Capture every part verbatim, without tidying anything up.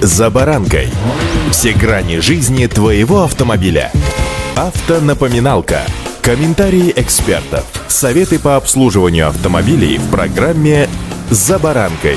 «За баранкой». Все грани жизни твоего автомобиля. Автонапоминалка. Комментарии экспертов. Советы по обслуживанию автомобилей в программе «За баранкой».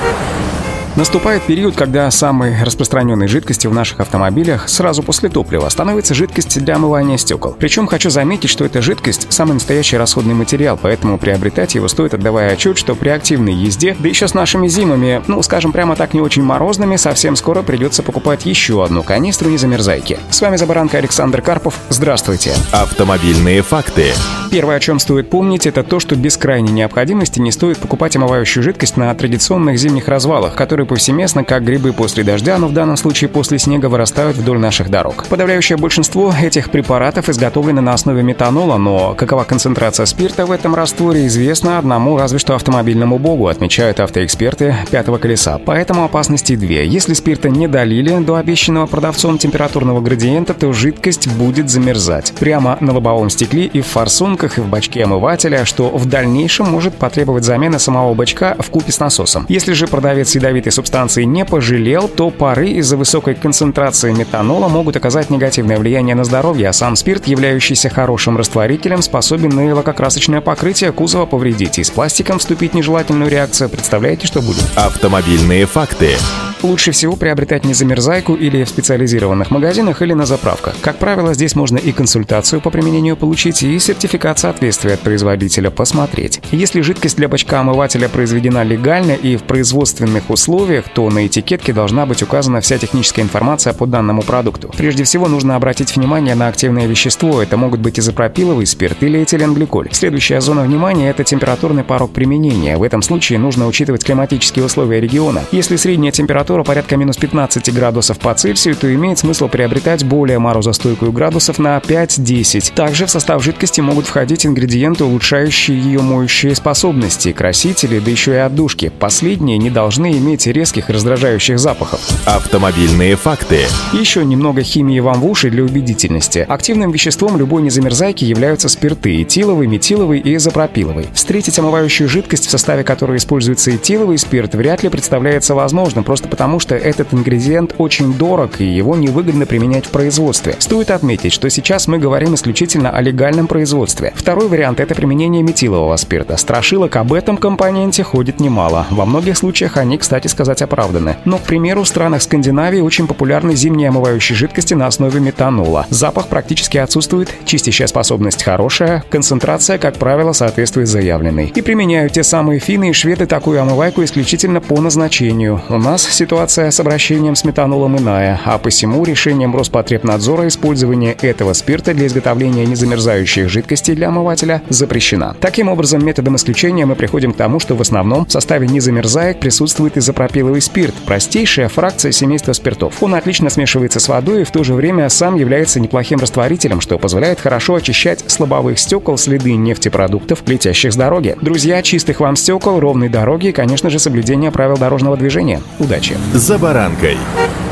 Наступает период, когда самой распространенной жидкостью в наших автомобилях сразу после топлива становится жидкость для омывания стекол. Причем хочу заметить, что эта жидкость – самый настоящий расходный материал, поэтому приобретать его стоит, отдавая отчет, что при активной езде, да еще с нашими зимами, ну, скажем прямо так, не очень морозными, совсем скоро придется покупать еще одну канистру незамерзайки. С вами «За баранкой» Александр Карпов. Здравствуйте. Автомобильные факты. Первое, о чем стоит помнить, это то, что без крайней необходимости не стоит покупать омывающую жидкость на традиционных зимних развалах, которые повсеместно, как грибы после дождя, но в данном случае после снега, вырастают вдоль наших дорог. Подавляющее большинство этих препаратов изготовлены на основе метанола, но какова концентрация спирта в этом растворе, известно одному разве что автомобильному богу, отмечают автоэксперты «Пятого колеса». Поэтому опасности две. Если спирта не долили до обещанного продавцом температурного градиента, то жидкость будет замерзать. Прямо на лобовом стекле и в форсунках, и в бачке омывателя, что в дальнейшем может потребовать замены самого бачка вкупе с насосом. Если же продавец ядовитой субстанции не пожалел, то пары из-за высокой концентрации метанола могут оказать негативное влияние на здоровье, а сам спирт, являющийся хорошим растворителем, способен на лакокрасочное покрытие кузова повредить и с пластиком вступить в нежелательную реакцию. Представляете, что будет? Автомобильные факты. Лучше всего приобретать незамерзайку или в специализированных магазинах, или на заправках. Как правило, здесь можно и консультацию по применению получить, и сертификат соответствия от производителя посмотреть. Если жидкость для бачка омывателя произведена легально и в производственных условиях, то на этикетке должна быть указана вся техническая информация по данному продукту. Прежде всего, нужно обратить внимание на активное вещество. Это могут быть изопропиловый спирт или этиленгликоль. Следующая зона внимания – это температурный порог применения. В этом случае нужно учитывать климатические условия региона. Если средняя температура порядка минус пятнадцать градусов по Цельсию, то имеет смысл приобретать более морозостойкую градусов на пять-десять. Также в состав жидкости могут входить ингредиенты, улучшающие ее моющие способности, красители, да еще и отдушки. Последние не должны иметь резких и раздражающих запахов. Автомобильные факты. Еще немного химии вам в уши для убедительности. Активным веществом любой незамерзайки являются спирты – этиловый, метиловый и изопропиловый. Встретить омывающую жидкость, в составе которой используется этиловый спирт, вряд ли представляется возможным, просто потому потому что этот ингредиент очень дорог и его невыгодно применять в производстве. Стоит отметить, что сейчас мы говорим исключительно о легальном производстве. Второй вариант – это применение метилового спирта. Страшилок об этом компоненте ходит немало. Во многих случаях они, кстати сказать, оправданы. Но, к примеру, в странах Скандинавии очень популярны зимние омывающие жидкости на основе метанола. Запах практически отсутствует, чистящая способность хорошая, концентрация, как правило, соответствует заявленной. И применяют те самые финны и шведы такую омывайку исключительно по назначению. У нас ситуация Ситуация с обращением с метанолом иная, а посему решением Роспотребнадзора использование этого спирта для изготовления незамерзающих жидкостей для омывателя запрещено. Таким образом, методом исключения мы приходим к тому, что в основном в составе незамерзаек присутствует изопропиловый спирт, простейшая фракция семейства спиртов. Он отлично смешивается с водой и в то же время сам является неплохим растворителем, что позволяет хорошо очищать с лобовых стекол следы нефтепродуктов, летящих с дороги. Друзья, чистых вам стекол, ровной дороги и, конечно же, соблюдение правил дорожного движения. Удачи! «За баранкой».